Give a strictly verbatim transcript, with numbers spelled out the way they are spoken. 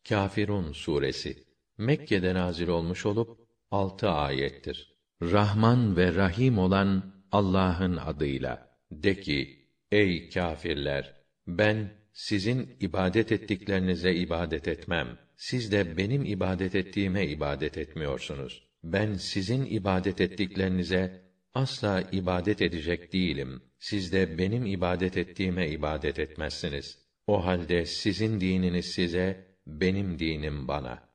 Kâfirun suresi Mekke'de nazil olmuş olup altı ayettir. Rahman ve Rahim olan Allah'ın adıyla. De ki, ey kâfirler! Ben sizin ibadet ettiklerinize ibadet etmem. Siz de benim ibadet ettiğime ibadet etmiyorsunuz. Ben sizin ibadet ettiklerinize asla ibadet edecek değilim. Siz de benim ibadet ettiğime ibadet etmezsiniz. O halde sizin dininiz size, benim dinim bana.